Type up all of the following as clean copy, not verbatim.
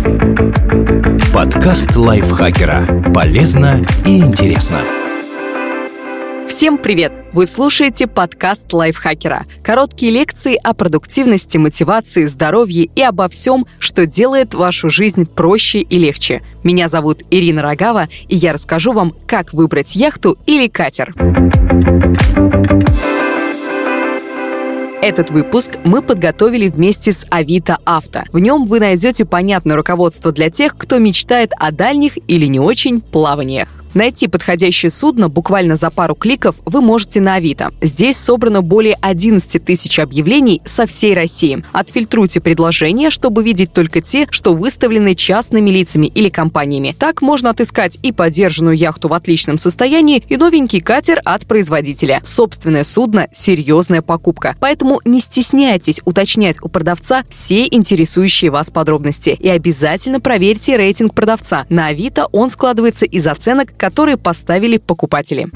Подкаст лайфхакера. Полезно и интересно. Всем привет! Вы слушаете подкаст лайфхакера. Короткие лекции о продуктивности, мотивации, здоровье и обо всем, что делает вашу жизнь проще и легче. Меня зовут Ирина Рогава, и я расскажу вам, как выбрать яхту или катер. Этот выпуск мы подготовили вместе с Авито Авто. В нем вы найдете понятное руководство для тех, кто мечтает о дальних или не очень плаваниях. Найти подходящее судно буквально за пару кликов вы можете на Авито. Здесь собрано более 11 тысяч объявлений со всей России. Отфильтруйте предложения, чтобы видеть только те, что выставлены частными лицами или компаниями. Так можно отыскать и подержанную яхту в отличном состоянии, и новенький катер от производителя. Собственное судно – серьезная покупка. Поэтому не стесняйтесь уточнять у продавца все интересующие вас подробности. И обязательно проверьте рейтинг продавца. На Авито он складывается из оценок, которые поставили покупатели.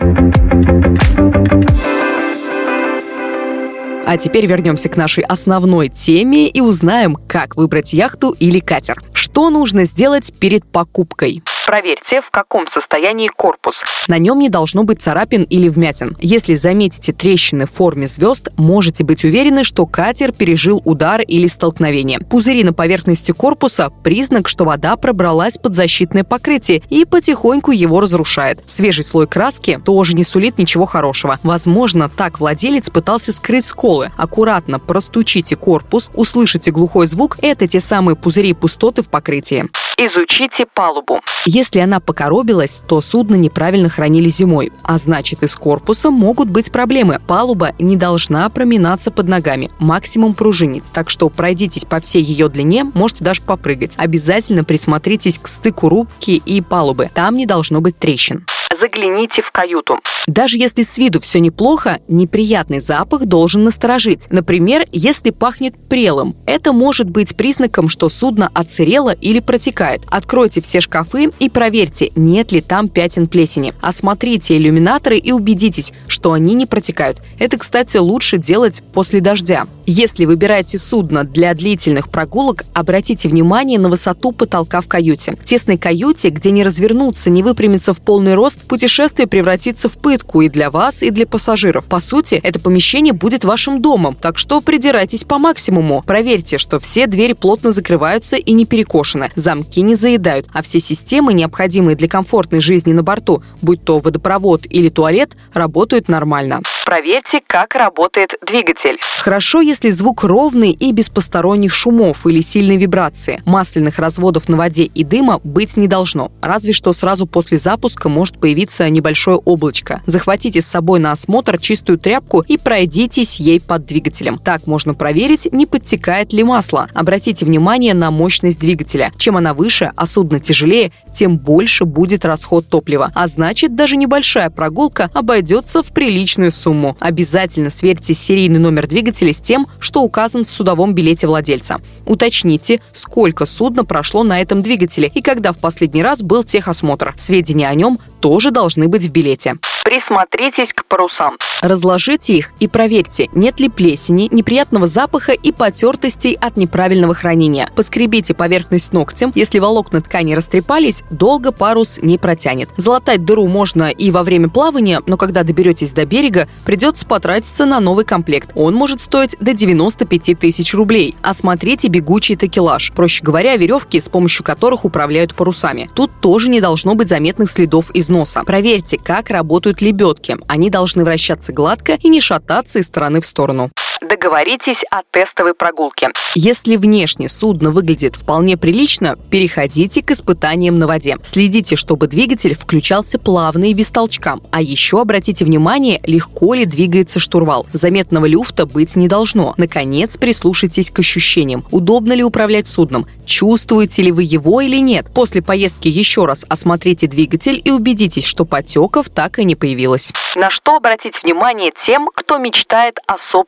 А теперь вернемся к нашей основной теме и узнаем, как выбрать яхту или катер. Что нужно сделать перед покупкой? Проверьте, в каком состоянии корпус. На нем не должно быть царапин или вмятин. Если заметите трещины в форме звезд, можете быть уверены, что катер пережил удар или столкновение. Пузыри на поверхности корпуса – признак, что вода пробралась под защитное покрытие и потихоньку его разрушает. Свежий слой краски тоже не сулит ничего хорошего. Возможно, так владелец пытался скрыть сколы. Аккуратно простучите корпус, услышите глухой звук – это те самые пузыри и пустоты в покрытии. Изучите палубу. Если она покоробилась, то судно неправильно хранили зимой, а значит, и с корпусом могут быть проблемы. Палуба не должна проминаться под ногами, максимум пружинить, так что пройдитесь по всей ее длине, можете даже попрыгать. Обязательно присмотритесь к стыку рубки и палубы, там не должно быть трещин. Загляните в каюту. Даже если с виду все неплохо, неприятный запах должен насторожить. Например, если пахнет прелым. Это может быть признаком, что судно отсырело или протекает. Откройте все шкафы и проверьте, нет ли там пятен плесени. Осмотрите иллюминаторы и убедитесь, что они не протекают. Это, кстати, лучше делать после дождя. Если выбираете судно для длительных прогулок, обратите внимание на высоту потолка в каюте. В тесной каюте, где не развернуться, не выпрямиться в полный рост, путешествие превратится в пытку и для вас, и для пассажиров. По сути, это помещение будет вашим домом, так что придирайтесь по максимуму. Проверьте, что все двери плотно закрываются и не перекошены, замки не заедают, а все системы, необходимые для комфортной жизни на борту, будь то водопровод или туалет, работают нормально. Проверьте, как работает двигатель. Хорошо, если звук ровный и без посторонних шумов или сильной вибрации. Масляных разводов на воде и дыма быть не должно. Разве что сразу после запуска может появиться небольшое облачко. Захватите с собой на осмотр чистую тряпку и пройдитесь ей под двигателем. Так можно проверить, не подтекает ли масло. Обратите внимание на мощность двигателя. Чем она выше, а судно тяжелее, тем больше будет расход топлива. А значит, даже небольшая прогулка обойдется в приличную сумму. Обязательно сверьте серийный номер двигателя с тем, что указан в судовом билете владельца. Уточните, сколько судно прошло на этом двигателе и когда в последний раз был техосмотр. Сведения о нем тоже должны быть в билете. Присмотритесь к парусам. Разложите их и проверьте, нет ли плесени, неприятного запаха и потертостей от неправильного хранения. Поскребите поверхность ногтем. Если волокна ткани растрепались, долго парус не протянет. Залатать дыру можно и во время плавания, но когда доберетесь до берега, придется потратиться на новый комплект. Он может стоить до 95 тысяч рублей. Осмотрите бегучий такелаж. Проще говоря, веревки, с помощью которых управляют парусами. Тут тоже не должно быть заметных следов износа. Проверьте, как работают лебедки. Они должны вращаться гладко и не шататься из стороны в сторону. Договоритесь о тестовой прогулке. Если внешне судно выглядит вполне прилично, переходите к испытаниям на воде. Следите, чтобы двигатель включался плавно и без толчка. А еще обратите внимание, легко ли двигается штурвал. Заметного люфта быть не должно. Наконец, прислушайтесь к ощущениям. Удобно ли управлять судном? Чувствуете ли вы его или нет? После поездки еще раз осмотрите двигатель и убедитесь, что потеков так и не появилось. На что обратить внимание тем, кто мечтает о собственном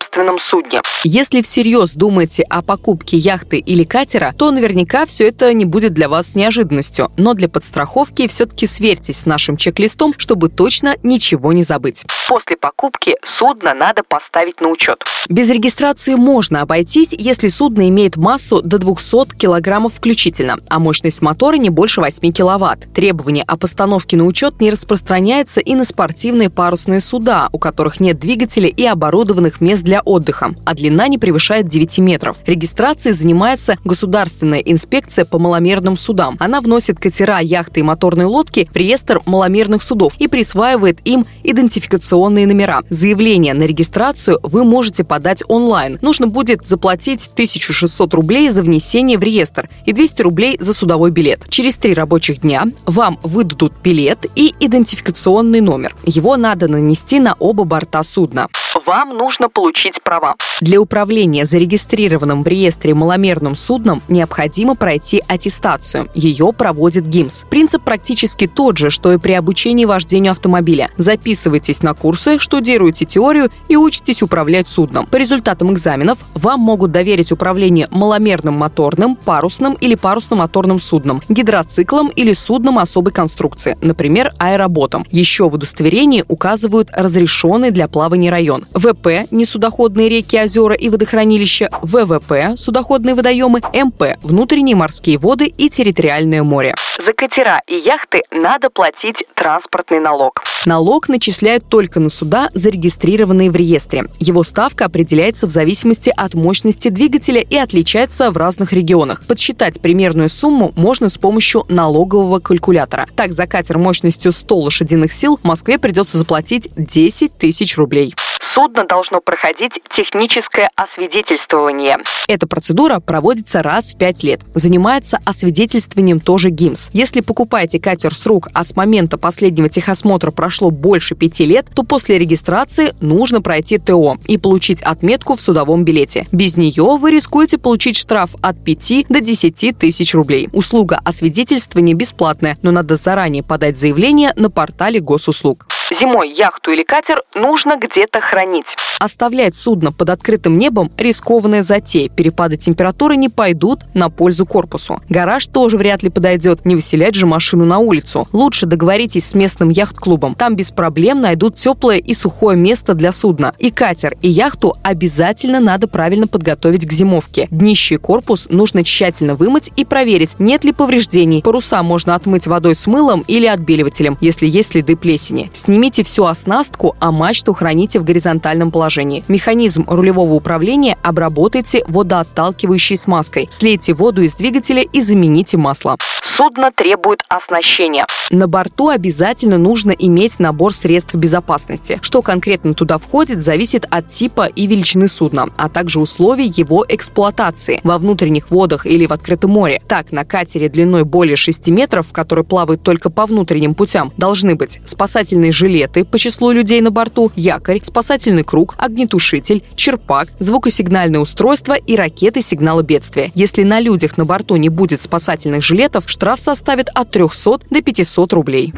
судне. Если всерьез думаете о покупке яхты или катера, то наверняка все это не будет для вас неожиданностью. Но для подстраховки все-таки сверьтесь с нашим чек-листом, чтобы точно ничего не забыть. После покупки судно надо поставить на учет. Без регистрации можно обойтись, если судно имеет массу до 200 килограммов включительно, а мощность мотора не больше 8 киловатт. Требование о постановке на учет не распространяется и на спортивные парусные суда, у которых нет двигателя и оборудованных мест для отдыха, а длина не превышает 9 метров. Регистрацией занимается Государственная инспекция по маломерным судам. Она вносит катера, яхты и моторные лодки в реестр маломерных судов и присваивает им идентификационные номера. Заявление на регистрацию вы можете подать онлайн. Нужно будет заплатить 1600 рублей за внесение в реестр и 200 рублей за судовой билет. Через 3 рабочих дня вам выдадут билет и идентификационный номер. Его надо нанести на оба борта судна. Вам нужно получить права. Для управления зарегистрированным в реестре маломерным судном необходимо пройти аттестацию. Ее проводит ГИМС. Принцип практически тот же, что и при обучении вождению автомобиля. Записывайтесь на курсы, штудируйте теорию и учитесь управлять судном. По результатам экзаменов вам могут доверить управление маломерным моторным, парусным или парусно-моторным судном, гидроциклом или судном особой конструкции, например, аэроботом. Еще в удостоверении указывают разрешенный для плавания район. ВП – несудоходные реки, озера и водохранилища, ВВП – судоходные водоемы, МП – внутренние морские воды и территориальное море. За катера и яхты надо платить транспортный налог. Налог начисляют только на суда, зарегистрированные в реестре. Его ставка определяется в зависимости от мощности двигателя и отличается в разных регионах. Подсчитать примерную сумму можно с помощью налогового калькулятора. Так, за катер мощностью 100 лошадиных сил в Москве придется заплатить 10 тысяч рублей. Судно должно проходить техническое освидетельствование. Эта процедура проводится раз в 5 лет. Занимается освидетельствованием тоже ГИМС. Если покупаете катер с рук, а с момента последнего техосмотра прошло больше 5 лет, то после регистрации нужно пройти ТО и получить отметку в судовом билете. Без нее вы рискуете получить штраф от 5 до 10 тысяч рублей. Услуга освидетельствования бесплатная, но надо заранее подать заявление на портале госуслуг. Зимой яхту или катер нужно где-то хранить. Оставлять судно под открытым небом – рискованная затея. Перепады температуры не пойдут на пользу корпусу. Гараж тоже вряд ли подойдет. Не выселять же машину на улицу. Лучше договоритесь с местным яхт-клубом. Там без проблем найдут теплое и сухое место для судна. И катер, и яхту обязательно надо правильно подготовить к зимовке. Днище и корпус нужно тщательно вымыть и проверить, нет ли повреждений. Паруса можно отмыть водой с мылом или отбеливателем, если есть следы плесени. Снимите всю оснастку, а мачту храните в горизонтальном положении. Механизм рулевого управления обработайте водоотталкивающей смазкой. Слейте воду из двигателя и замените масло. Судно требует оснащения. На борту обязательно нужно иметь набор средств безопасности. Что конкретно туда входит, зависит от типа и величины судна, а также условий его эксплуатации во внутренних водах или в открытом море. Так, на катере длиной более 6 метров, который плавает только по внутренним путям, должны быть спасательные жилеты по числу людей на борту, якорь, спасательный круг, огнетушитель, черпак, звукосигнальное устройство и ракеты сигнала бедствия. Если на людях на борту не будет спасательных жилетов, штраф составит от 300 до 500 рублей.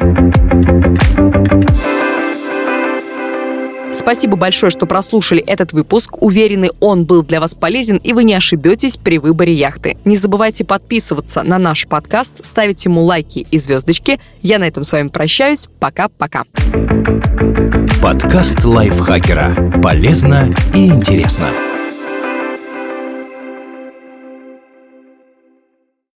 Спасибо большое, что прослушали этот выпуск. Уверены, он был для вас полезен, и вы не ошибетесь при выборе яхты. Не забывайте подписываться на наш подкаст, ставить ему лайки и звездочки. Я на этом с вами прощаюсь. Пока-пока. Подкаст лайфхакера. Полезно и интересно.